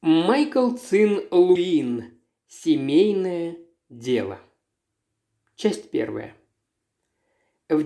Майкл Цин Луин. Семейное дело. Часть первая. В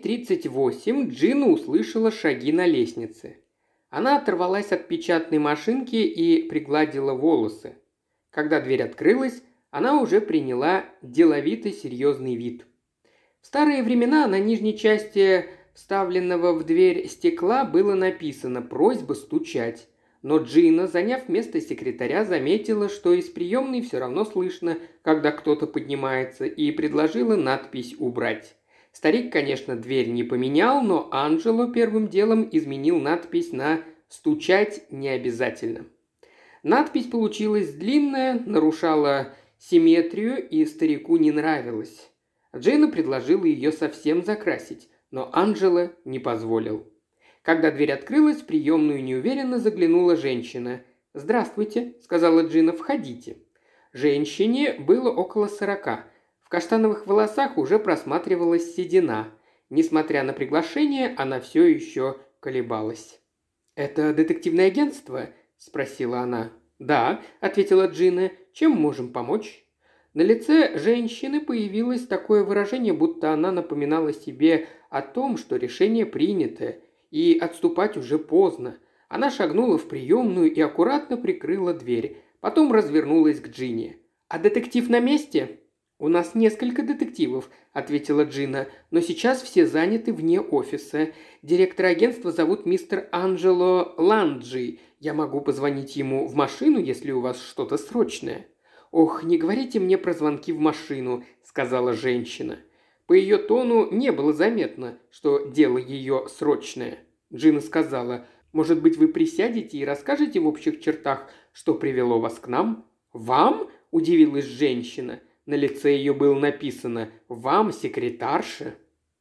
9:38 Джина услышала шаги на лестнице. Она оторвалась от печатной машинки и пригладила волосы. Когда дверь открылась, она уже приняла деловито серьезный вид. В старые времена на нижней части вставленного в дверь стекла было написано «Просьба стучать». Но Джина, заняв место секретаря, заметила, что из приемной все равно слышно, когда кто-то поднимается, и предложила надпись убрать. Старик, конечно, дверь не поменял, но Анджело первым делом изменил надпись на «стучать не обязательно». Надпись получилась длинная, нарушала симметрию и старику не нравилась. Джина предложила ее совсем закрасить, но Анджело не позволил. Когда дверь открылась, в приемную неуверенно заглянула женщина. «Здравствуйте», – сказала Джина, – «входите». Женщине было около 40. В каштановых волосах уже просматривалась седина. Несмотря на приглашение, она все еще колебалась. «Это детективное агентство?» – спросила она. «Да», – ответила Джина. «Чем можем помочь?» На лице женщины появилось такое выражение, будто она напоминала себе о том, что решение принято, и отступать уже поздно. Она шагнула в приемную и аккуратно прикрыла дверь. Потом развернулась к Джине. «А детектив на месте?» «У нас несколько детективов», – ответила Джина, – «но сейчас все заняты вне офиса. Директора агентства зовут мистер Анджело Ланджи. Я могу позвонить ему в машину, если у вас что-то срочное». «Ох, не говорите мне про звонки в машину», – сказала женщина. По ее тону не было заметно, что дело ее срочное. Джина сказала: «Может быть, вы присядете и расскажете в общих чертах, что привело вас к нам?» «Вам?» – удивилась женщина. На лице ее было написано: «Вам, секретарша?»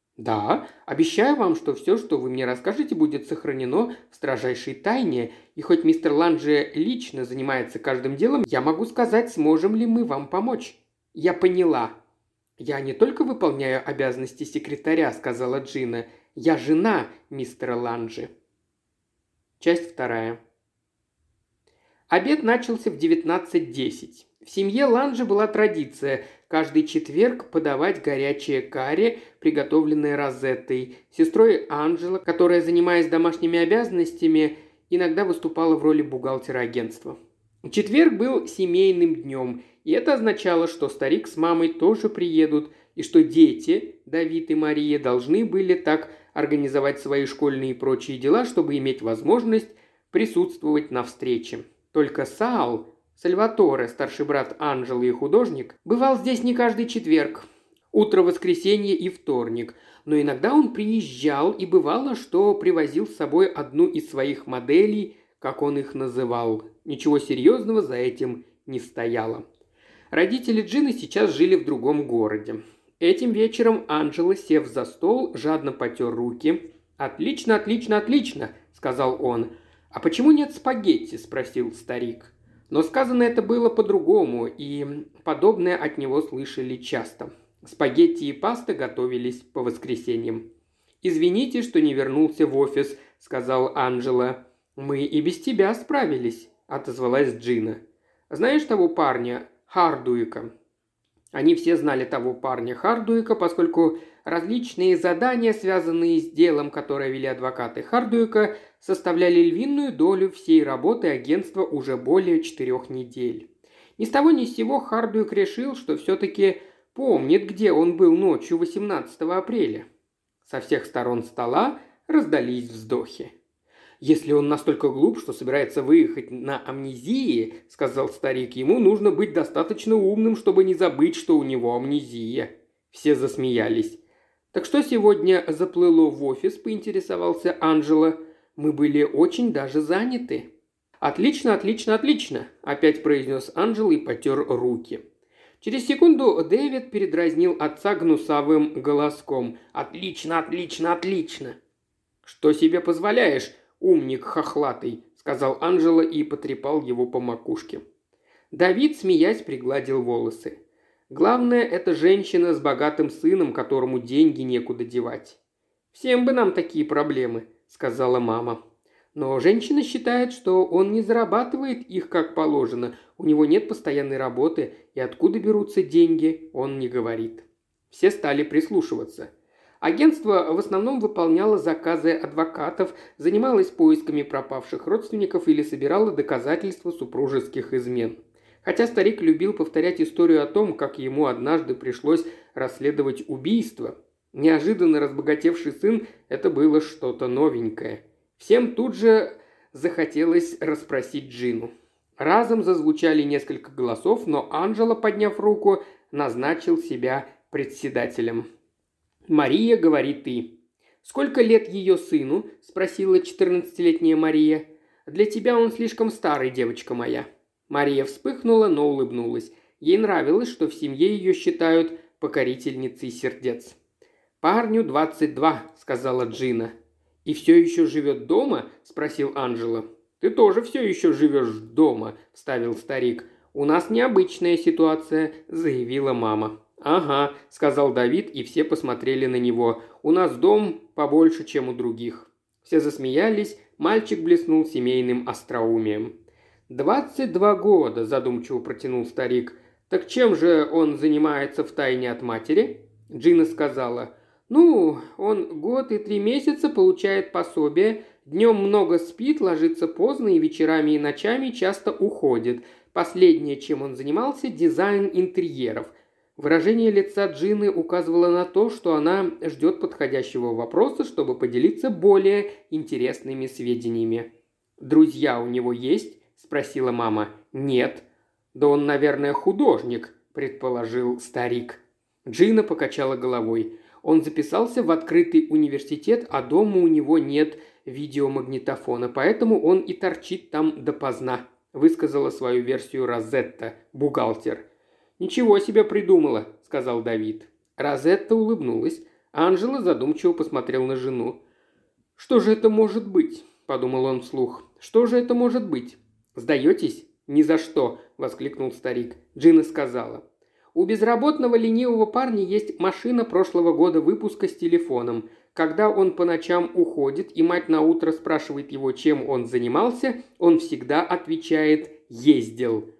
«Да, обещаю вам, что все, что вы мне расскажете, будет сохранено в строжайшей тайне, и хоть мистер Ланджи лично занимается каждым делом, я могу сказать, сможем ли мы вам помочь». «Я поняла». «Я не только выполняю обязанности секретаря», – сказала Джина. «Я жена мистера Ланджи». Часть вторая. Обед начался в 19:10. В семье Ланджи была традиция каждый четверг подавать горячее карри, приготовленное Розеттой, сестрой Анджело, которая, занимаясь домашними обязанностями, иногда выступала в роли бухгалтера агентства. Четверг был семейным днем, и это означало, что старик с мамой тоже приедут, и что дети, Давид и Мария, должны были так организовать свои школьные и прочие дела, чтобы иметь возможность присутствовать на встрече. Только Сальваторе, старший брат Анджелы и художник, бывал здесь не каждый четверг, утро воскресенья и вторник, но иногда он приезжал, и бывало, что привозил с собой одну из своих моделей, как он их называл. Ничего серьезного за этим не стояло. Родители Джины сейчас жили в другом городе. Этим вечером Анджело, сев за стол, жадно потер руки. «Отлично, отлично, отлично», – сказал он. «А почему нет спагетти?» – спросил старик. Но сказано это было по-другому, и подобное от него слышали часто. Спагетти и паста готовились по воскресеньям. «Извините, что не вернулся в офис», – сказал Анджело. «Мы и без тебя справились», – отозвалась Джина. «Знаешь того парня, Хардуика?» Они все знали того парня Хардуика, поскольку различные задания, связанные с делом, которое вели адвокаты Хардуика, составляли львиную долю всей работы агентства уже более 4 недель. Ни с того ни с сего Хардуик решил, что все-таки помнит, где он был ночью 18 апреля. Со всех сторон стола раздались вздохи. «Если он настолько глуп, что собирается выехать на амнезии, — сказал старик, — ему нужно быть достаточно умным, чтобы не забыть, что у него амнезия». Все засмеялись. «Так что сегодня заплыло в офис?» – поинтересовался Анджело. «Мы были очень даже заняты». «Отлично, отлично, отлично!» – опять произнес Анджело и потер руки. Через секунду Дэвид передразнил отца гнусавым голоском. «Отлично, отлично, отлично!» «Что себе позволяешь, умник хохлатый?» – сказал Анджело и потрепал его по макушке. Давид, смеясь, пригладил волосы. «Главное, это женщина с богатым сыном, которому деньги некуда девать». «Всем бы нам такие проблемы», – сказала мама. Но женщина считает, что он не зарабатывает их как положено, у него нет постоянной работы, и откуда берутся деньги, он не говорит. Все стали прислушиваться. Агентство в основном выполняло заказы адвокатов, занималось поисками пропавших родственников или собирало доказательства супружеских измен. Хотя старик любил повторять историю о том, как ему однажды пришлось расследовать убийство, неожиданно разбогатевший сын – это было что-то новенькое. Всем тут же захотелось расспросить Джину. Разом зазвучали несколько голосов, но Анджело, подняв руку, назначил себя председателем. «Мария, говори ты». «Сколько лет ее сыну?» – спросила 14-летняя Мария. «Для тебя он слишком старый, девочка моя». Мария вспыхнула, но улыбнулась. Ей нравилось, что в семье ее считают покорительницей сердец. «Парню 22», – сказала Джина. «И все еще живет дома?» – спросил Анджело. «Ты тоже все еще живешь дома», – вставил старик. «У нас необычная ситуация», – заявила мама. «Ага», – сказал Давид, и все посмотрели на него. «У нас дом побольше, чем у других». Все засмеялись, мальчик блеснул семейным остроумием. 22 года», – задумчиво протянул старик. «Так чем же он занимается втайне от матери?» Джина сказала. «Ну, он год и 3 месяца получает пособие, днем много спит, ложится поздно и вечерами и ночами часто уходит. Последнее, чем он занимался – дизайн интерьеров». Выражение лица Джины указывало на то, что она ждет подходящего вопроса, чтобы поделиться более интересными сведениями. «Друзья у него есть?» – спросила мама. «Нет». «Да он, наверное, художник», – предположил старик. Джина покачала головой. «Он записался в открытый университет, а дома у него нет видеомагнитофона, поэтому он и торчит там допоздна», – высказала свою версию Розетта, бухгалтер. «Ничего себе придумала», – сказал Давид. Розетта улыбнулась. Анджело задумчиво посмотрел на жену. «Что же это может быть?» – подумал он вслух. «Что же это может быть?» «Сдаетесь?» «Ни за что!» – воскликнул старик. Джина сказала. «У безработного ленивого парня есть машина прошлого года выпуска с телефоном. Когда он по ночам уходит, и мать наутро спрашивает его, чем он занимался, он всегда отвечает «ездил».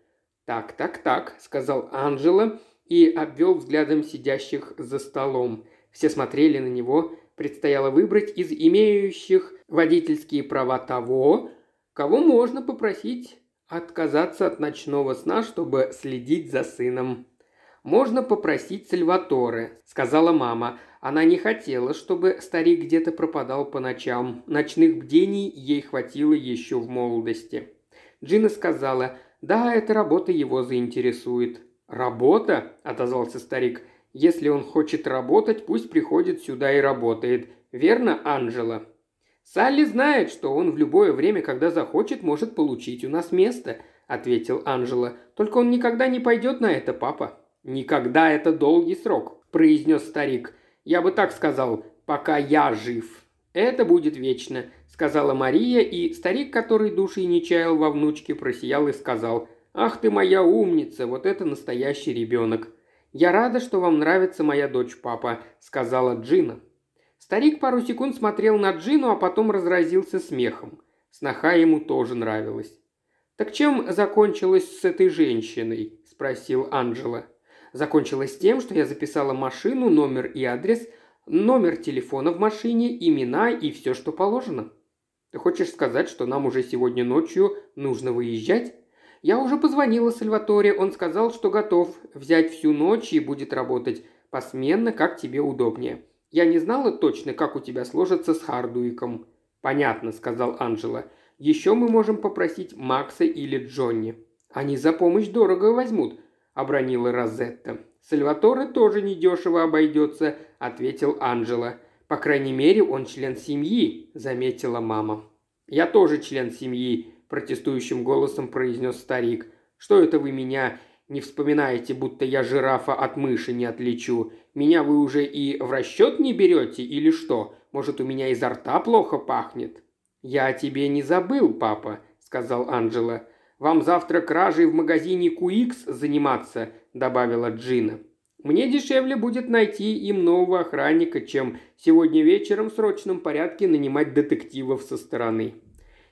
«Так», – сказал Анджело и обвел взглядом сидящих за столом. Все смотрели на него. Предстояло выбрать из имеющих водительские права того, кого можно попросить отказаться от ночного сна, чтобы следить за сыном. «Можно попросить Сальваторе», – сказала мама. Она не хотела, чтобы старик где-то пропадал по ночам. Ночных бдений ей хватило еще в молодости. Джина сказала: «Да, эта работа его заинтересует». «Работа?» – отозвался старик. «Если он хочет работать, пусть приходит сюда и работает. Верно, Анджело?» «Салли знает, что он в любое время, когда захочет, может получить у нас место», – ответил Анджело. «Только он никогда не пойдет на это, папа». «Никогда – это долгий срок», – произнес старик. «Я бы так сказал, пока я жив». «Это будет вечно», – сказала Мария, и старик, который души не чаял во внучке, просиял и сказал: «Ах ты моя умница, вот это настоящий ребенок». «Я рада, что вам нравится моя дочь, папа», – сказала Джина. Старик пару секунд смотрел на Джину, а потом разразился смехом. Сноха ему тоже нравилась. «Так чем закончилось с этой женщиной?» – спросил Анджело. «Закончилось тем, что я записала машину, номер и адрес, номер телефона в машине, имена и все, что положено». «Ты хочешь сказать, что нам уже сегодня ночью нужно выезжать?» «Я уже позвонила Сальваторе, он сказал, что готов взять всю ночь и будет работать посменно, как тебе удобнее. Я не знала точно, как у тебя сложится с Хардуиком». «Понятно», – сказал Анджело. «Еще мы можем попросить Макса или Джонни». «Они за помощь дорого возьмут», – обронила Розетта. «Сальваторе тоже недешево обойдется», – ответил Анджело. «По крайней мере, он член семьи», – заметила мама. «Я тоже член семьи», – протестующим голосом произнес старик. «Что это вы меня не вспоминаете, будто я жирафа от мыши не отличу? Меня вы уже и в расчет не берете или что? Может, у меня изо рта плохо пахнет?» «Я о тебе не забыл, папа», – сказал Анджело. «Вам завтра кражей в магазине Куикс заниматься», – добавила Джина. «Мне дешевле будет найти им нового охранника, чем сегодня вечером в срочном порядке нанимать детективов со стороны».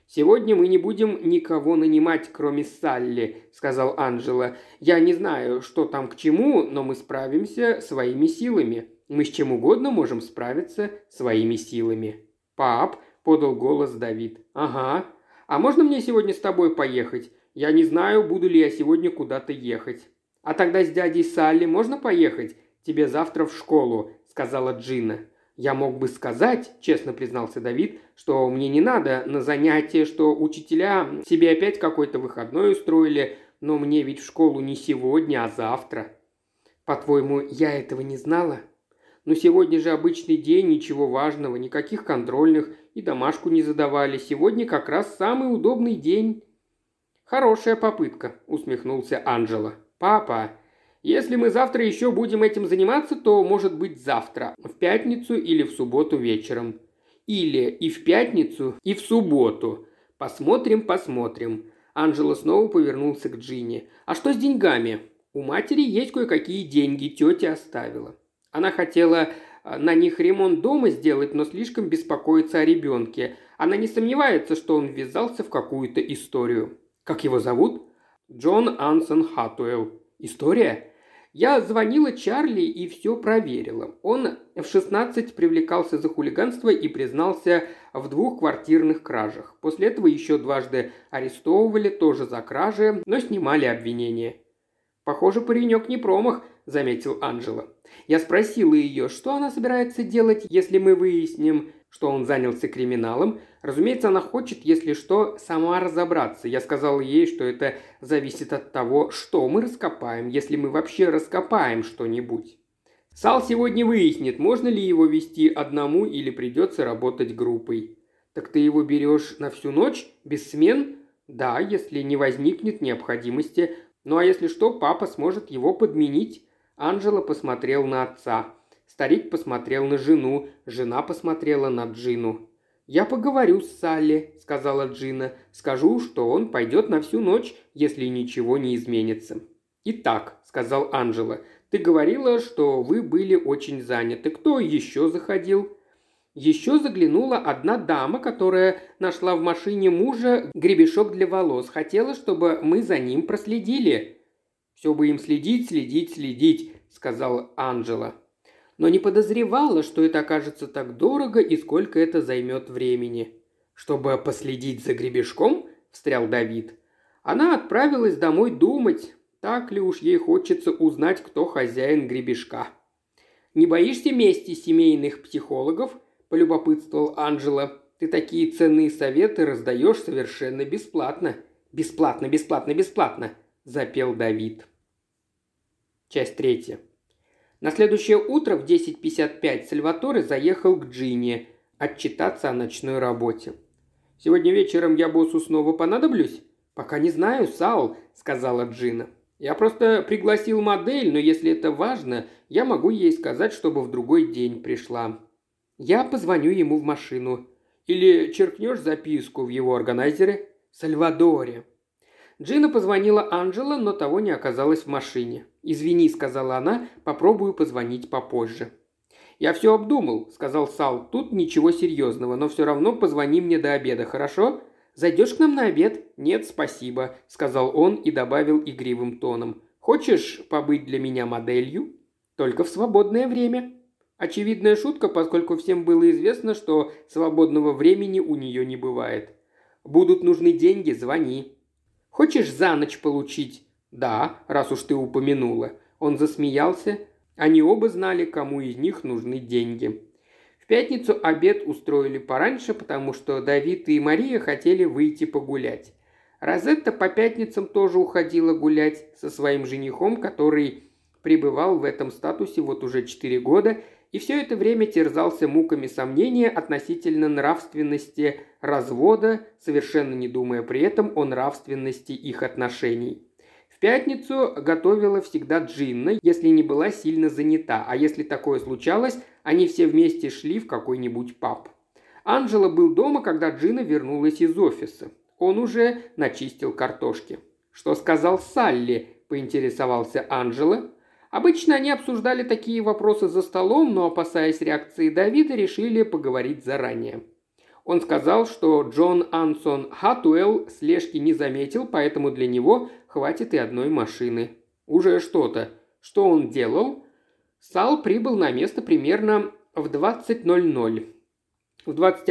«Сегодня мы не будем никого нанимать, кроме Салли», – сказал Анджело. «Я не знаю, что там к чему, но мы справимся своими силами. Мы с чем угодно можем справиться своими силами». «Пап», – подал голос Давид. «Ага. А можно мне сегодня с тобой поехать? Я не знаю, буду ли я сегодня куда-то ехать». «А тогда с дядей Салли можно поехать? Тебе завтра в школу», – сказала Джина. «Я мог бы сказать, – честно признался Давид, – что мне не надо на занятия, что учителя себе опять какой-то выходной устроили, но мне ведь в школу не сегодня, а завтра». «По-твоему, я этого не знала?» «Ну, сегодня же обычный день, ничего важного, никаких контрольных, и домашку не задавали. Сегодня как раз самый удобный день». «Хорошая попытка», – усмехнулся Анджело. «Папа, если мы завтра еще будем этим заниматься, то, может быть, завтра, в пятницу или в субботу вечером. Или и в пятницу, и в субботу. Посмотрим». Анджело снова повернулся к Джинни. «А что с деньгами? У матери есть кое-какие деньги, тетя оставила. Она хотела на них ремонт дома сделать, но слишком беспокоится о ребенке. Она не сомневается, что он ввязался в какую-то историю». «Как его зовут?» «Джон Ансон Хатуэлл». «История?» «Я звонила Чарли и все проверила. Он в 16 привлекался за хулиганство и признался в 2 квартирных кражах. После этого еще дважды арестовывали, тоже за кражи, но снимали обвинения». «Похоже, паренек не промах», – заметил Анджело. Я спросила ее, что она собирается делать, если мы выясним, что он занялся криминалом. Разумеется, она хочет, если что, сама разобраться. Я сказал ей, что это зависит от того, что мы раскопаем, если мы вообще раскопаем что-нибудь. Сал сегодня выяснит, можно ли его вести одному или придется работать группой. «Так ты его берешь на всю ночь, без смен?» «Да, если не возникнет необходимости. Ну а если что, папа сможет его подменить». Анджело посмотрел на отца. Старик посмотрел на жену, жена посмотрела на Джину. «Я поговорю с Салли», – сказала Джина. «Скажу, что он пойдет на всю ночь, если ничего не изменится». «Итак», – сказал Анджело, – «ты говорила, что вы были очень заняты. Кто еще заходил?» «Еще заглянула одна дама, которая нашла в машине мужа гребешок для волос. Хотела, чтобы мы за ним проследили». «Все бы им следить», – сказал Анджело. «Но не подозревала, что это окажется так дорого и сколько это займет времени». «Чтобы последить за гребешком?» – встрял Давид. «Она отправилась домой думать, так ли уж ей хочется узнать, кто хозяин гребешка». «Не боишься мести семейных психологов?» – полюбопытствовал Анджело. «Ты такие ценные советы раздаешь совершенно бесплатно». «Бесплатно», – запел Давид. Часть 3. На следующее утро в 10:55 Сальваторе заехал к Джинни отчитаться о ночной работе. «Сегодня вечером я боссу снова понадоблюсь?» «Пока не знаю, Саул», – сказала Джина. «Я просто пригласил модель, но если это важно, я могу ей сказать, чтобы в другой день пришла. Я позвоню ему в машину. Или черкнешь записку в его органайзере?» «Сальвадоре». Джина позвонила Анджело, но того не оказалось в машине. «Извини», – сказала она, – «попробую позвонить попозже». «Я все обдумал», – сказал Сал. «Тут ничего серьезного, но все равно позвони мне до обеда, хорошо?» «Зайдешь к нам на обед?» «Нет, спасибо», – сказал он и добавил игривым тоном. «Хочешь побыть для меня моделью?» «Только в свободное время». Очевидная шутка, поскольку всем было известно, что свободного времени у нее не бывает. «Будут нужны деньги, звони». «Хочешь за ночь получить?» «Да, раз уж ты упомянула». Он засмеялся. Они оба знали, кому из них нужны деньги. В пятницу обед устроили пораньше, потому что Давид и Мария хотели выйти погулять. Розетта по пятницам тоже уходила гулять со своим женихом, который пребывал в этом статусе вот уже 4 года, и все это время терзался муками сомнения относительно нравственности развода, совершенно не думая при этом о нравственности их отношений. В пятницу готовила всегда Джинна, если не была сильно занята, а если такое случалось, они все вместе шли в какой-нибудь паб. Анджело был дома, когда Джинна вернулась из офиса. Он уже начистил картошки. «Что сказал Салли?» – поинтересовался Анджело. Обычно они обсуждали такие вопросы за столом, но, опасаясь реакции Давида, решили поговорить заранее. Он сказал, что Джон Ансон Хатуэлл слежки не заметил, поэтому для него хватит и одной машины. Уже что-то. Что он делал? Сал прибыл на место примерно в 20:00. В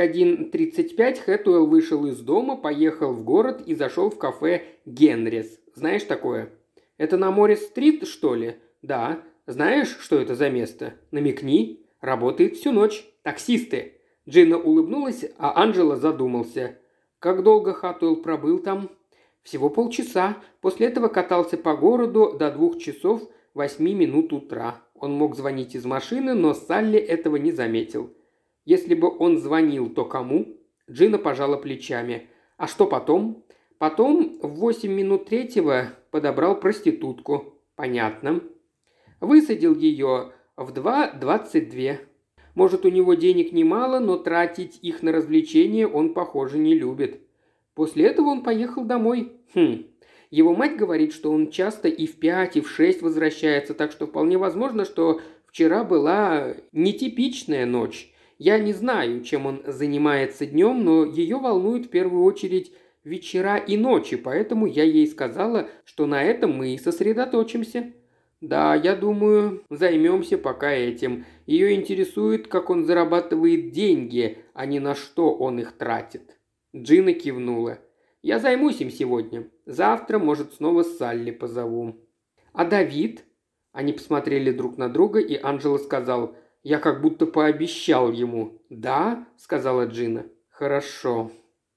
21:35 Хэтуэлл вышел из дома, поехал в город и зашел в кафе «Генрис». Знаешь такое? Это на Моррис-стрит, что ли? Да. Знаешь, что это за место? Намекни. Работает всю ночь. Таксисты. Джина улыбнулась, а Анджело задумался. Как долго Хатуэлл пробыл там? Всего полчаса. После этого катался по городу до 2 часов 8 минут утра. Он мог звонить из машины, но Салли этого не заметил. Если бы он звонил, то кому? Джина пожала плечами. А что потом? Потом в 8 минут третьего подобрал проститутку. Понятно. Высадил ее в 2:22. Может, у него денег немало, но тратить их на развлечения он, похоже, не любит. После этого он поехал домой. Его мать говорит, что он часто и в 5, и в 6 возвращается, так что вполне возможно, что вчера была нетипичная ночь. Я не знаю, чем он занимается днем, но ее волнует в первую очередь вечера и ночи, поэтому я ей сказала, что на этом мы и сосредоточимся. Да, я думаю, займемся пока этим. Ее интересует, как он зарабатывает деньги, а не на что он их тратит. Джина кивнула. Я займусь им сегодня. Завтра, может, снова Салли позову. А Давид? Они посмотрели друг на друга, и Анджело сказал: «Я как будто пообещал ему». «Да?» – сказала Джина. «Хорошо».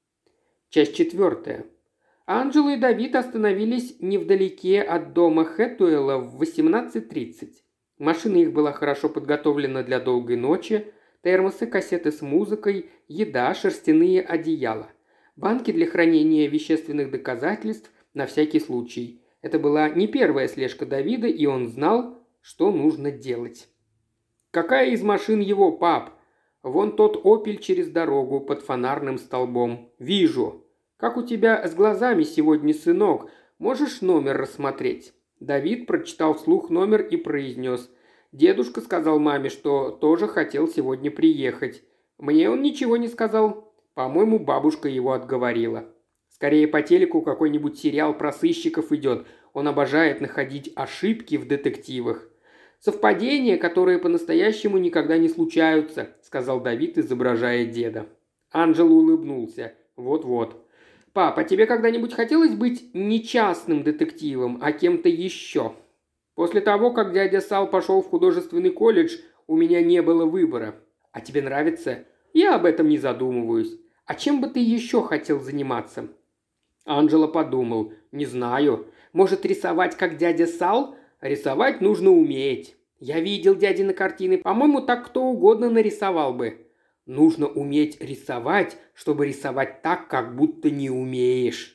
Часть 4. Анджело и Давид остановились невдалеке от дома Хэтуэлла в 18:30. Машина их была хорошо подготовлена для долгой ночи. Термосы, кассеты с музыкой, еда, шерстяные одеяла. Банки для хранения вещественных доказательств на всякий случай. Это была не первая слежка Давида, и он знал, что нужно делать. «Какая из машин его, пап?» «Вон тот «Опель» через дорогу под фонарным столбом. Вижу. Как у тебя с глазами сегодня, сынок? Можешь номер рассмотреть?» Давид прочитал вслух номер и произнес: «Дедушка сказал маме, что тоже хотел сегодня приехать. Мне он ничего не сказал. По-моему, бабушка его отговорила. Скорее по телеку какой-нибудь сериал про сыщиков идет. Он обожает находить ошибки в детективах». «Совпадения, которые по-настоящему никогда не случаются», – сказал Давид, изображая деда. Анджело улыбнулся. «Вот-вот. Пап, а тебе когда-нибудь хотелось быть не частным детективом, а кем-то еще?» «После того, как дядя Сал пошел в художественный колледж, у меня не было выбора. А тебе нравится?» «Я об этом не задумываюсь. А чем бы ты еще хотел заниматься?» Анджело подумал. «Не знаю. Может, рисовать, как дядя Сал? Рисовать нужно уметь. Я видел дядины картины. По-моему, так кто угодно нарисовал бы». «Нужно уметь рисовать, чтобы рисовать так, как будто не умеешь».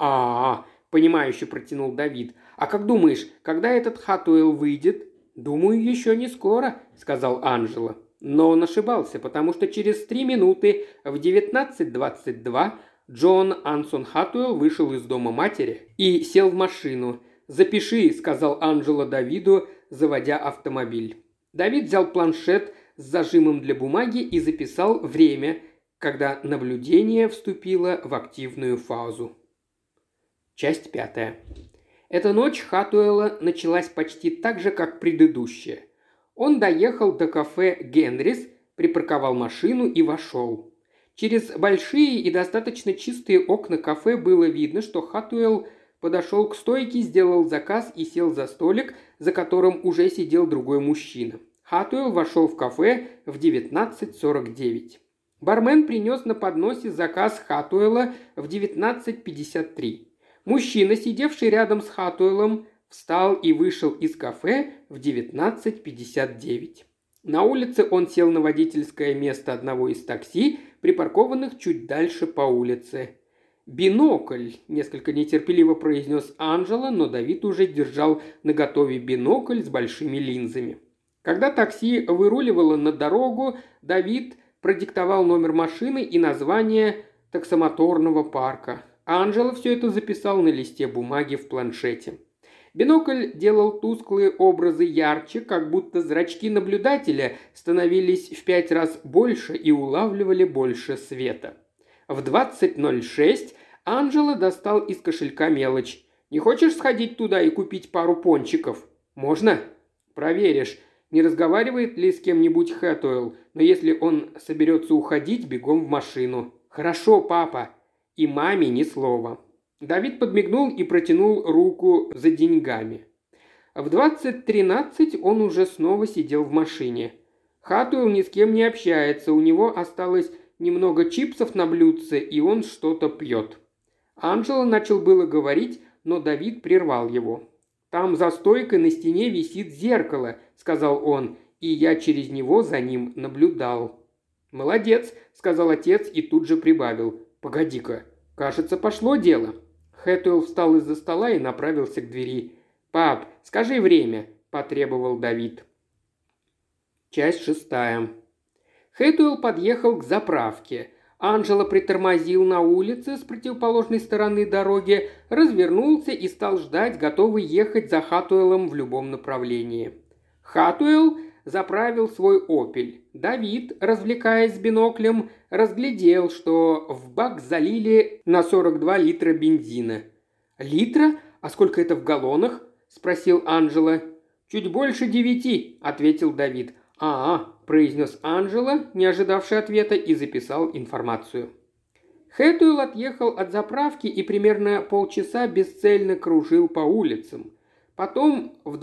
Понимающе протянул Давид. «А как думаешь, когда этот Хатуэлл выйдет?» «Думаю, еще не скоро», – сказал Анджело. Но он ошибался, потому что через 3 минуты в 19:22 Джон Ансон Хатуэлл вышел из дома матери и сел в машину. «Запиши», – сказал Анджело Давиду, заводя автомобиль. Давид взял планшет с зажимом для бумаги и записал время, когда наблюдение вступило в активную фазу. Часть 5. Эта ночь Хатуэлла началась почти так же, как предыдущая. Он доехал до кафе «Генрис», припарковал машину и вошел. Через большие и достаточно чистые окна кафе было видно, что Хатуэлл подошел к стойке, сделал заказ и сел за столик, за которым уже сидел другой мужчина. Хатуэлл вошел в кафе в 19:49. Бармен принес на подносе заказ Хатуэлла в 19:53. Мужчина, сидевший рядом с Хатуэллом, встал и вышел из кафе в 19:59. На улице он сел на водительское место одного из такси, припаркованных чуть дальше по улице. «Бинокль», – несколько нетерпеливо произнес Анджело, но Давид уже держал наготове бинокль с большими линзами. Когда такси выруливало на дорогу, Давид продиктовал номер машины и название таксомоторного парка. Анджело все это записал на листе бумаги в планшете. Бинокль делал тусклые образы ярче, как будто зрачки наблюдателя становились в 5 раз больше и улавливали больше света. В 20:06 Анджело достал из кошелька мелочь. «Не хочешь сходить туда и купить пару пончиков?» «Можно?» «Проверишь, не разговаривает ли с кем-нибудь Хэтуэлл, но если он соберется уходить, бегом в машину». «Хорошо, папа». И маме ни слова. Давид подмигнул и протянул руку за деньгами. В 20:13 он уже снова сидел в машине. Хэтуэлл ни с кем не общается, у него осталось немного чипсов на блюдце, и он что-то пьет. Анджело начал было говорить, но Давид прервал его. «Там за стойкой на стене висит зеркало», — сказал он, — «и я через него за ним наблюдал». «Молодец», — сказал отец и тут же прибавил. «Погоди-ка, кажется, пошло дело». Хэтуэлл встал из-за стола и направился к двери. «Пап, скажи время», – потребовал Давид. Часть 6. Хэтуэлл подъехал к заправке. Анджело притормозил на улице с противоположной стороны дороги, развернулся и стал ждать, готовый ехать за Хэтуэллом в любом направлении. Хэтуэлл заправил свой «Опель». Давид, развлекаясь биноклем, разглядел, что в бак залили на 42 литра бензина. «Литра? А сколько это в галлонах?» – спросил Анджело. «Чуть больше 9», – ответил Давид. Произнес Анджело, не ожидавший ответа, и записал информацию. Хэтуэлл отъехал от заправки и примерно полчаса бесцельно кружил по улицам. Потом в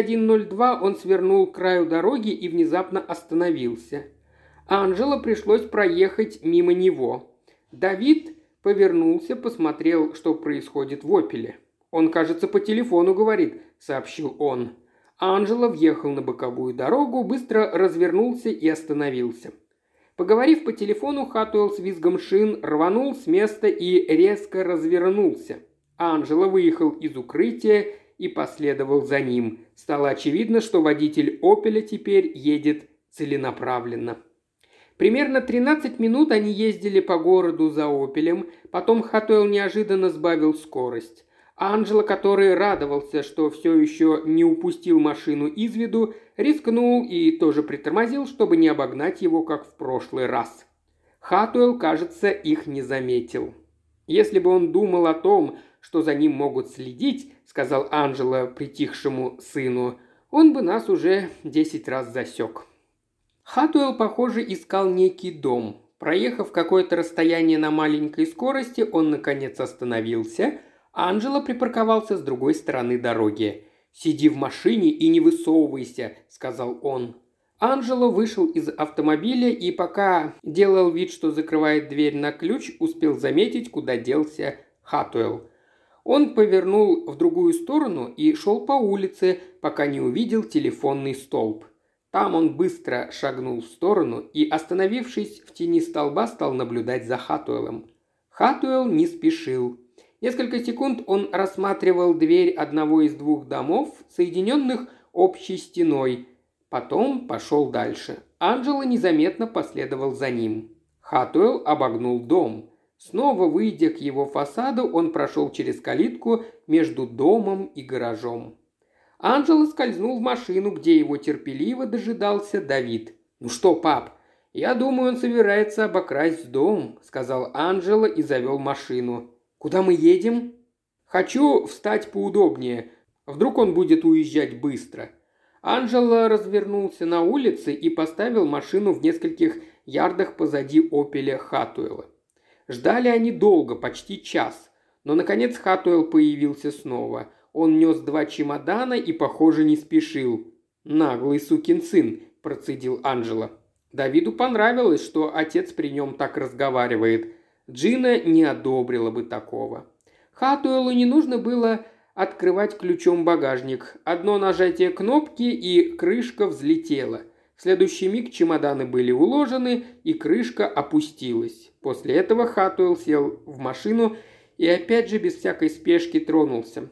21:02 он свернул к краю дороги и внезапно остановился. Анджело пришлось проехать мимо него. Давид повернулся, посмотрел, что происходит в «Опеле». «Он, кажется, по телефону говорит», — сообщил он. Анджело въехал на боковую дорогу, быстро развернулся и остановился. Поговорив по телефону, Хэтуэлл с визгом шин рванул с места и резко развернулся. Анджело выехал из укрытия и последовал за ним. Стало очевидно, что водитель «Опеля» теперь едет целенаправленно. Примерно 13 минут они ездили по городу за «Опелем», потом Хэтуэлл неожиданно сбавил скорость. Анджело, который радовался, что все еще не упустил машину из виду, рискнул и тоже притормозил, чтобы не обогнать его, как в прошлый раз. Хэтуэлл, кажется, их не заметил. «Если бы он думал о том, что за ним могут следить», — сказал Анджело притихшему сыну, — «он бы нас уже 10 раз засек». Хэтуэлл, похоже, искал некий дом. Проехав какое-то расстояние на маленькой скорости, он, наконец, остановился. Анджело припарковался с другой стороны дороги. «Сиди в машине и не высовывайся», — сказал он. Анджело вышел из автомобиля и, пока делал вид, что закрывает дверь на ключ, успел заметить, куда делся Хэтуэлл. Он повернул в другую сторону и шел по улице, пока не увидел телефонный столб. Там он быстро шагнул в сторону и, остановившись в тени столба, стал наблюдать за Хэтуэллом. Хэтуэлл не спешил. Несколько секунд он рассматривал дверь одного из двух домов, соединенных общей стеной. Потом пошел дальше. Анджело незаметно последовал за ним. Хэтуэлл обогнул дом. Снова выйдя к его фасаду, он прошел через калитку между домом и гаражом. Анджело скользнул в машину, где его терпеливо дожидался Давид. «Ну что, пап, я думаю, он собирается обокрасть дом», — сказал Анджело и завел машину. «Куда мы едем?» «Хочу встать поудобнее. Вдруг он будет уезжать быстро». Анджело развернулся на улице и поставил машину в нескольких ярдах позади «Опеля» Хэтуэлла. Ждали они долго, почти час. Но, наконец, Хэтуэлл появился снова. Он нес 2 чемодана и, похоже, не спешил. «Наглый сукин сын», – процедил Анджело. Давиду понравилось, что отец при нем так разговаривает. Джина не одобрила бы такого. Хэтуэллу не нужно было открывать ключом багажник. Одно нажатие кнопки, и крышка взлетела. В следующий миг чемоданы были уложены, и крышка опустилась. После этого Хэтуэлл сел в машину и опять же без всякой спешки тронулся.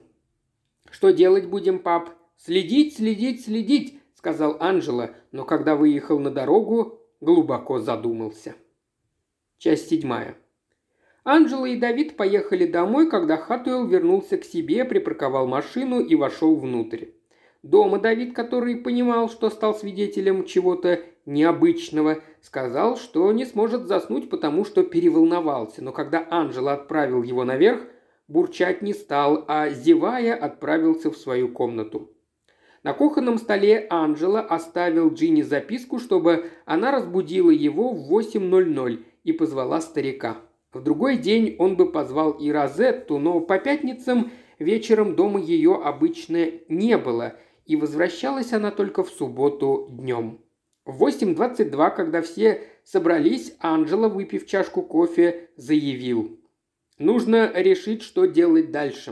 «Что делать будем, пап?» «Следить, следить, следить», — сказал Анджело, но когда выехал на дорогу, глубоко задумался. Часть 7. Анджела и Давид поехали домой, когда Хатуэлл вернулся к себе, припарковал машину и вошел внутрь. Дома Давид, который понимал, что стал свидетелем чего-то необычного, сказал, что не сможет заснуть, потому что переволновался. Но когда Анджела отправил его наверх, бурчать не стал, а, зевая, отправился в свою комнату. На кухонном столе Анджела оставил Джинни записку, чтобы она разбудила его в 8:00 и позвала старика. В другой день он бы позвал и Розетту, но по пятницам вечером дома ее обычно не было, и возвращалась она только в субботу днем. В 8:22, когда все собрались, Анджела, выпив чашку кофе, заявил: «Нужно решить, что делать дальше».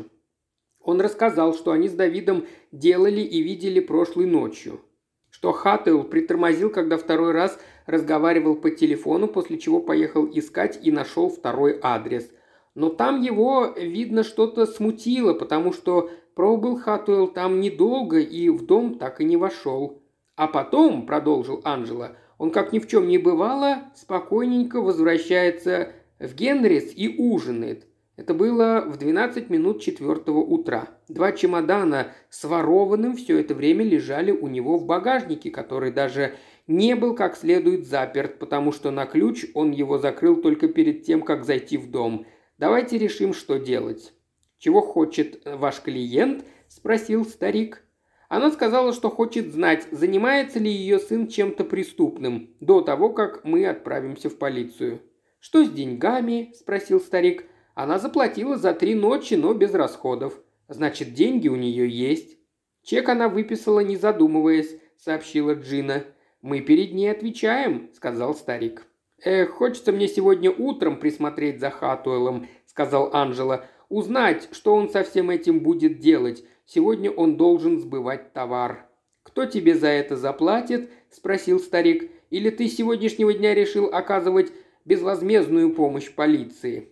Он рассказал, что они с Давидом делали и видели прошлой ночью. Что Хатуэлл притормозил, когда второй раз разговаривал по телефону, после чего поехал искать и нашел второй адрес. Но там его, видно, что-то смутило, потому что пробыл Хатуэлл там недолго и в дом так и не вошел. А потом, продолжил Анджела, он, как ни в чем не бывало, спокойненько возвращается в Генрис и ужинает. Это было в 12 минут 4 утра. 2 чемодана с ворованным все это время лежали у него в багажнике, который даже не был как следует заперт, потому что на ключ он его закрыл только перед тем, как зайти в дом. Давайте решим, что делать. «Чего хочет ваш клиент?» – спросил старик. Она сказала, что хочет знать, занимается ли ее сын чем-то преступным, до того, как мы отправимся в полицию. «Что с деньгами?» – спросил старик. Она заплатила за 3 ночи, но без расходов. Значит, деньги у нее есть. Чек она выписала, не задумываясь, сообщила Джина. «Мы перед ней отвечаем», – сказал старик. «Хочется мне сегодня утром присмотреть за Хатуэллом», – сказал Анджела. «Узнать, что он со всем этим будет делать. Сегодня он должен сбывать товар». «Кто тебе за это заплатит?» – спросил старик. «Или ты с сегодняшнего дня решил оказывать безвозмездную помощь полиции?»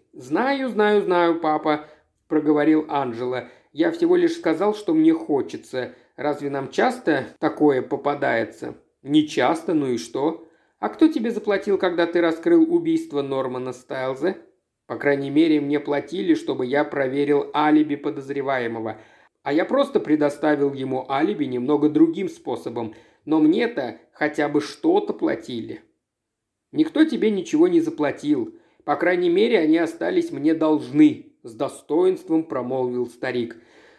«Знаю, папа», – проговорил Анджела. «Я всего лишь сказал, что мне хочется. Разве нам часто такое попадается?» «Не часто, ну и что?» «А кто тебе заплатил, когда ты раскрыл убийство Нормана Стайлза?» «По крайней мере, мне платили, чтобы я проверил алиби подозреваемого. А я просто предоставил ему алиби немного другим способом. Но мне-то хотя бы что-то платили». «Никто тебе ничего не заплатил. По крайней мере, они остались мне должны», – с достоинством промолвил старик.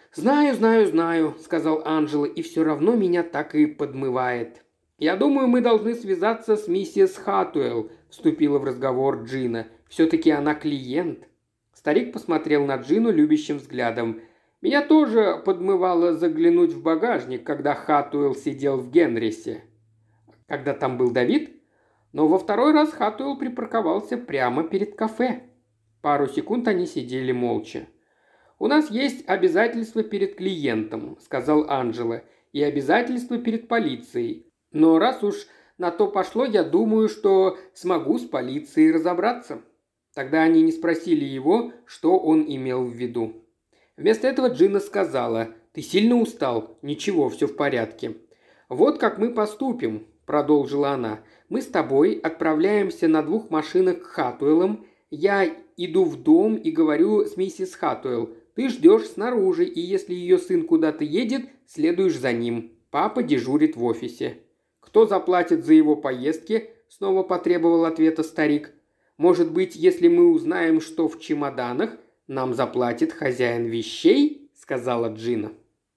«Знаю», – сказал Анджела, – «и все равно меня так и подмывает». «Я думаю, мы должны связаться с миссис Хатуэлл», – вступила в разговор Джина. «Все-таки она клиент». Старик посмотрел на Джину любящим взглядом. «Меня тоже подмывало заглянуть в багажник, когда Хатуэлл сидел в Генрисе». «Когда там был Давид?» Но во второй раз Хатуэлл припарковался прямо перед кафе. Пару секунд они сидели молча. «У нас есть обязательства перед клиентом», – сказал Анджела, – «и обязательства перед полицией. Но раз уж на то пошло, я думаю, что смогу с полицией разобраться». Тогда они не спросили его, что он имел в виду. Вместо этого Джина сказала: «Ты сильно устал?» «Ничего, все в порядке». «Вот как мы поступим», – продолжила она. «Мы с тобой отправляемся на 2 машинах к Хатуэллам. Я иду в дом и говорю с миссис Хатуэлл. Ты ждешь снаружи, и если ее сын куда-то едет, следуешь за ним. Папа дежурит в офисе». «Кто заплатит за его поездки?» – снова потребовал ответа старик. «Может быть, если мы узнаем, что в чемоданах, нам заплатит хозяин вещей?» – сказала Джина.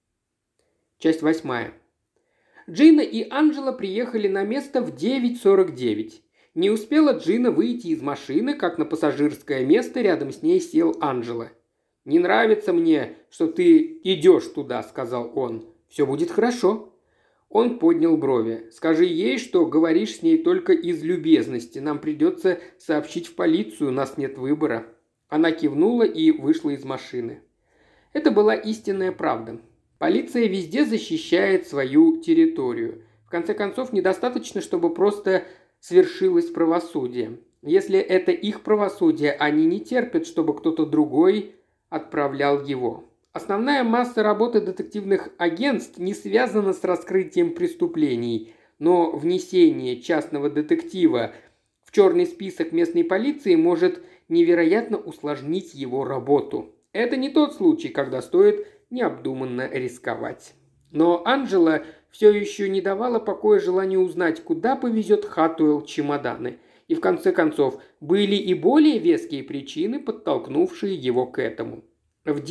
Часть 8. Джина и Анджела приехали на место в 9:49. Не успела Джина выйти из машины, как на пассажирское место рядом с ней сел Анджела. «Не нравится мне, что ты идешь туда», – сказал он. «Все будет хорошо». Он поднял брови. «Скажи ей, что говоришь с ней только из любезности. Нам придется сообщить в полицию, у нас нет выбора». Она кивнула и вышла из машины. Это была истинная правда. Полиция везде защищает свою территорию. В конце концов, недостаточно, чтобы просто свершилось правосудие. Если это их правосудие, они не терпят, чтобы кто-то другой отправлял его. Основная масса работы детективных агентств не связана с раскрытием преступлений, но внесение частного детектива в черный список местной полиции может невероятно усложнить его работу. Это не тот случай, когда стоит необдуманно рисковать. Но Анджела все еще не давала покоя желанию узнать, куда повезет Хатуэлл чемоданы. И в конце концов, были и более веские причины, подтолкнувшие его к этому. В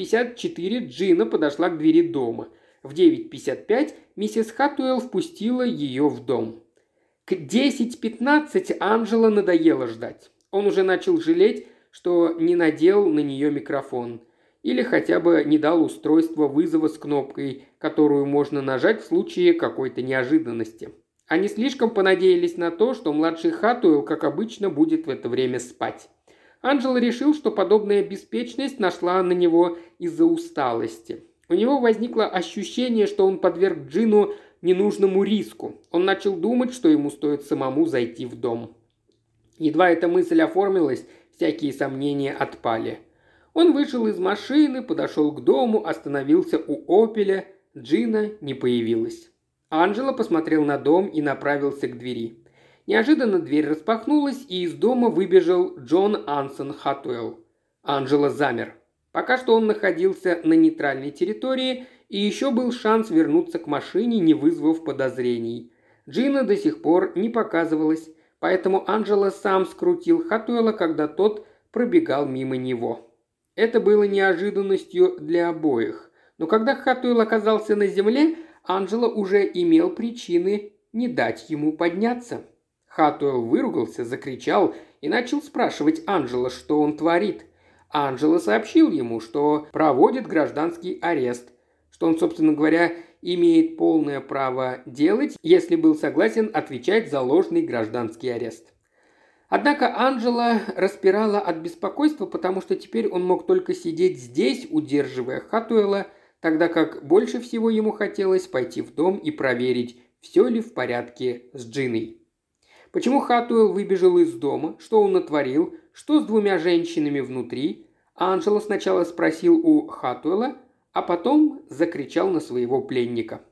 9:54 Джина подошла к двери дома. В 9:55 миссис Хатуэлл впустила ее в дом. К 10:15 Анджела надоело ждать. Он уже начал жалеть, что не надел на нее микрофон. Или хотя бы не дал устройство вызова с кнопкой, которую можно нажать в случае какой-то неожиданности. Они слишком понадеялись на то, что младший Хатуэлл, как обычно, будет в это время спать. Анджела решил, что подобная беспечность нашла на него из-за усталости. У него возникло ощущение, что он подверг Джину ненужному риску. Он начал думать, что ему стоит самому зайти в дом. Едва эта мысль оформилась, всякие сомнения отпали. Он вышел из машины, подошел к дому, остановился у «Опеля». Джина не появилась. Анджела посмотрел на дом и направился к двери. Неожиданно дверь распахнулась, и из дома выбежал Джон Ансон Хатуэлл. Анджела замер. Пока что он находился на нейтральной территории, и еще был шанс вернуться к машине, не вызвав подозрений. Джина до сих пор не показывалась, поэтому Анджела сам скрутил Хатуэлла, когда тот пробегал мимо него. Это было неожиданностью для обоих. Но когда Хатуэлл оказался на земле, Анджела уже имел причины не дать ему подняться. Хатуэлл выругался, закричал и начал спрашивать Анджела, что он творит. Анджела сообщил ему, что проводит гражданский арест, что он, собственно говоря, имеет полное право делать, если был согласен отвечать за ложный гражданский арест. Однако Анджела распирала от беспокойства, потому что теперь он мог только сидеть здесь, удерживая Хатуэлла, тогда как больше всего ему хотелось пойти в дом и проверить, все ли в порядке с Джиной. Почему Хатуэлл выбежал из дома, что он натворил, что с двумя женщинами внутри, Анджела сначала спросил у Хатуэлла, а потом закричал на своего пленника.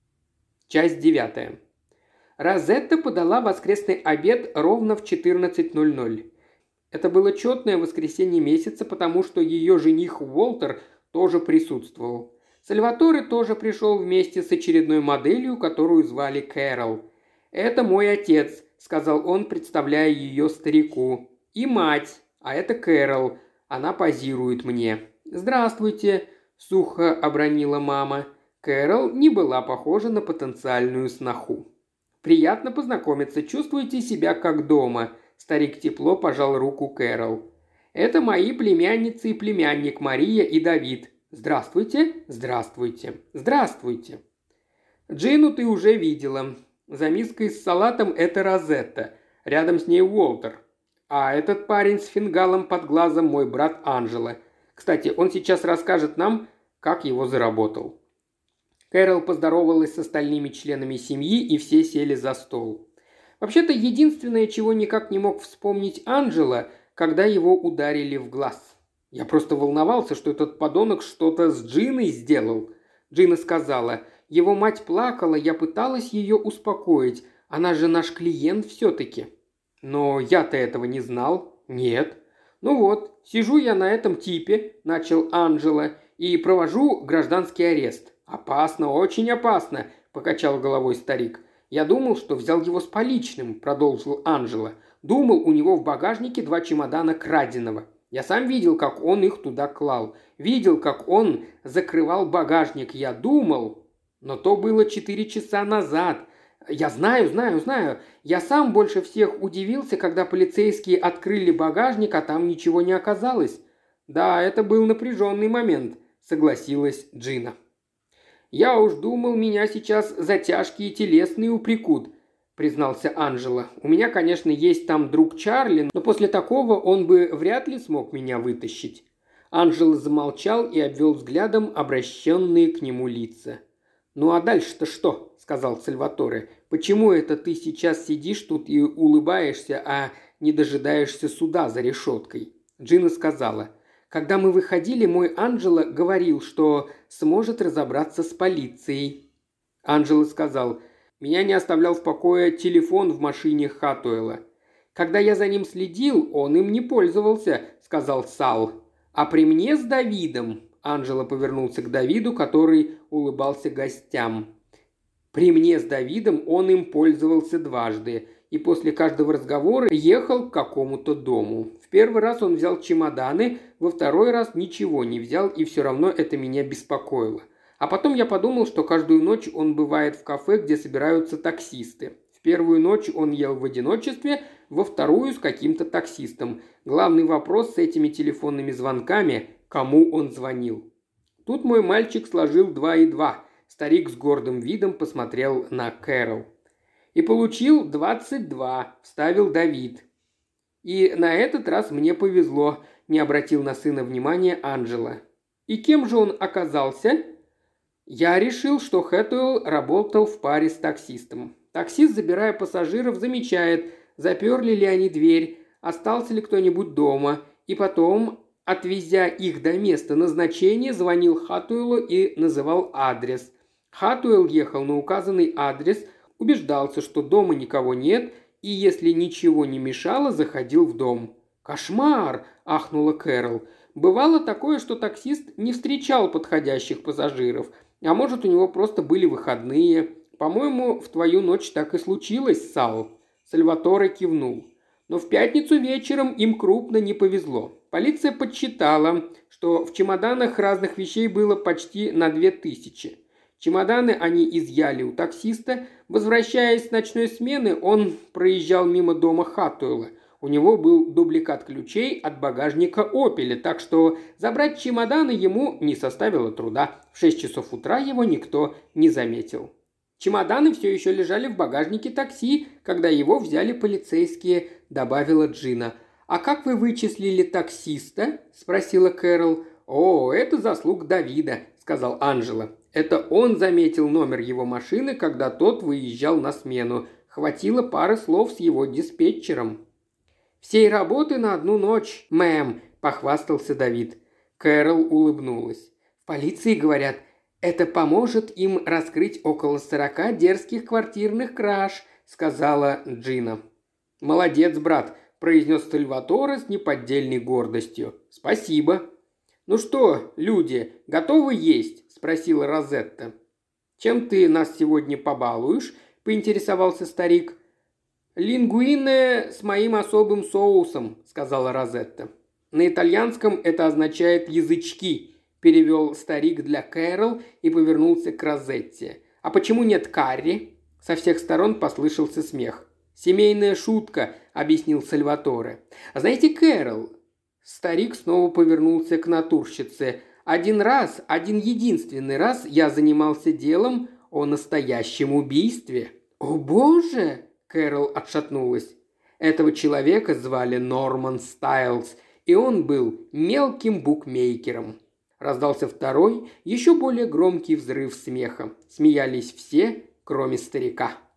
Часть 9. Розетта подала воскресный обед ровно в 14:00. Это было четное воскресенье месяца, потому что ее жених Уолтер тоже присутствовал. Сальваторе тоже пришел вместе с очередной моделью, которую звали Кэрол. «Это мой отец», — сказал он, представляя ее старику. «И мать, а это Кэрол. Она позирует мне». «Здравствуйте», — сухо обронила мама. Кэрол не была похожа на потенциальную сноху. «Приятно познакомиться. Чувствуете себя как дома?» Старик тепло пожал руку Кэрол. «Это мои племянницы и племянник Мария и Давид. Здравствуйте, здравствуйте, здравствуйте». «Джину ты уже видела. За миской с салатом это Розетта. Рядом с ней Уолтер. А этот парень с фингалом под глазом мой брат Анджела. Кстати, он сейчас расскажет нам, как его заработал». Кэрол поздоровалась с остальными членами семьи, и все сели за стол. Вообще-то, единственное, чего никак не мог вспомнить Анджела, когда его ударили в глаз. «Я просто волновался, что этот подонок что-то с Джиной сделал». Джина сказала: «Его мать плакала, я пыталась ее успокоить. Она же наш клиент все-таки». «Но я-то этого не знал». «Нет». «Ну вот, сижу я на этом типе», – начал Анджела, – «и провожу гражданский арест». «Опасно, очень опасно», – покачал головой старик. «Я думал, что взял его с поличным», – продолжил Анджела. «Думал, у него в багажнике 2 чемодана краденого. Я сам видел, как он их туда клал. Видел, как он закрывал багажник. Я думал, но то было 4 часа назад. Я знаю. Я сам больше всех удивился, когда полицейские открыли багажник, а там ничего не оказалось». «Да, это был напряженный момент», – согласилась Джина. «Я уж думал, меня сейчас за тяжкие телесные упрекут», – признался Анджела. «У меня, конечно, есть там друг Чарли, но после такого он бы вряд ли смог меня вытащить». Анджела замолчал и обвел взглядом обращенные к нему лица. «Ну а дальше-то что?» – сказал Сальваторе. «Почему это ты сейчас сидишь тут и улыбаешься, а не дожидаешься суда за решеткой?» Джина сказала: «Когда мы выходили, мой Анджело говорил, что сможет разобраться с полицией». Анджело сказал: «Меня не оставлял в покое телефон в машине Хатуэлла. «Когда я за ним следил, он им не пользовался», – сказал Сал. «А при мне с Давидом», – Анджело повернулся к Давиду, который улыбался гостям. «При мне с Давидом он им пользовался дважды, и после каждого разговора ехал к какому-то дому. В первый раз он взял чемоданы, во второй раз ничего не взял, и все равно это меня беспокоило. А потом я подумал, что каждую ночь он бывает в кафе, где собираются таксисты. В первую ночь он ел в одиночестве, во вторую с каким-то таксистом. Главный вопрос с этими телефонными звонками – кому он звонил. Тут мой мальчик сложил 2 и 2. Старик с гордым видом посмотрел на Кэрол. «И получил 22», – вставил Давид. «И на этот раз мне повезло», – не обратил на сына внимания Анджело. «И кем же он оказался?» «Я решил, что Хэтуэлл работал в паре с таксистом. Таксист, забирая пассажиров, замечает, заперли ли они дверь, остался ли кто-нибудь дома, и потом, отвезя их до места назначения, звонил Хэтуэллу и называл адрес. Хэтуэлл ехал на указанный адрес, убеждался, что дома никого нет, и если ничего не мешало, заходил в дом». «Кошмар!» – ахнула Кэрол. «Бывало такое, что таксист не встречал подходящих пассажиров, а может, у него просто были выходные. По-моему, в твою ночь так и случилось, Сал». Сальваторе кивнул. Но в пятницу вечером им крупно не повезло. Полиция подсчитала, что в чемоданах разных вещей было почти на 2000. Чемоданы они изъяли у таксиста. Возвращаясь с ночной смены, он проезжал мимо дома Хэтуэлла. У него был дубликат ключей от багажника «Опеля», так что забрать чемоданы ему не составило труда. В 6 часов утра его никто не заметил. «Чемоданы все еще лежали в багажнике такси, когда его взяли полицейские», – добавила Джина. «А как вы вычислили таксиста?» – спросила Кэрол. «О, это заслуг Давида», – сказал Анджело. «Это он заметил номер его машины, когда тот выезжал на смену. Хватило пары слов с его диспетчером». «Всей работы на одну ночь, мэм», – похвастался Давид. Кэрол улыбнулась. «В полиции говорят, это поможет им раскрыть около 40 дерзких квартирных краж», – сказала Джина. «Молодец, брат», – произнес Сальваторе с неподдельной гордостью. «Спасибо». «Ну что, люди, готовы есть?» – спросила Розетта. «Чем ты нас сегодня побалуешь?» – поинтересовался старик. «Лингуине с моим особым соусом», – сказала Розетта. «На итальянском это означает «язычки», – перевел старик для Кэрол и повернулся к Розетте. «А почему нет карри?» Со всех сторон послышался смех. «Семейная шутка», – объяснил Сальваторе. «А знаете, Кэрол...» Старик снова повернулся к натурщице. «Один единственный раз я занимался делом о настоящем убийстве». «О, Боже!» – Кэрол отшатнулась. Этого человека звали Норман Стайлз, и он был мелким букмекером. Раздался второй, еще более громкий взрыв смеха. Смеялись все, кроме старика.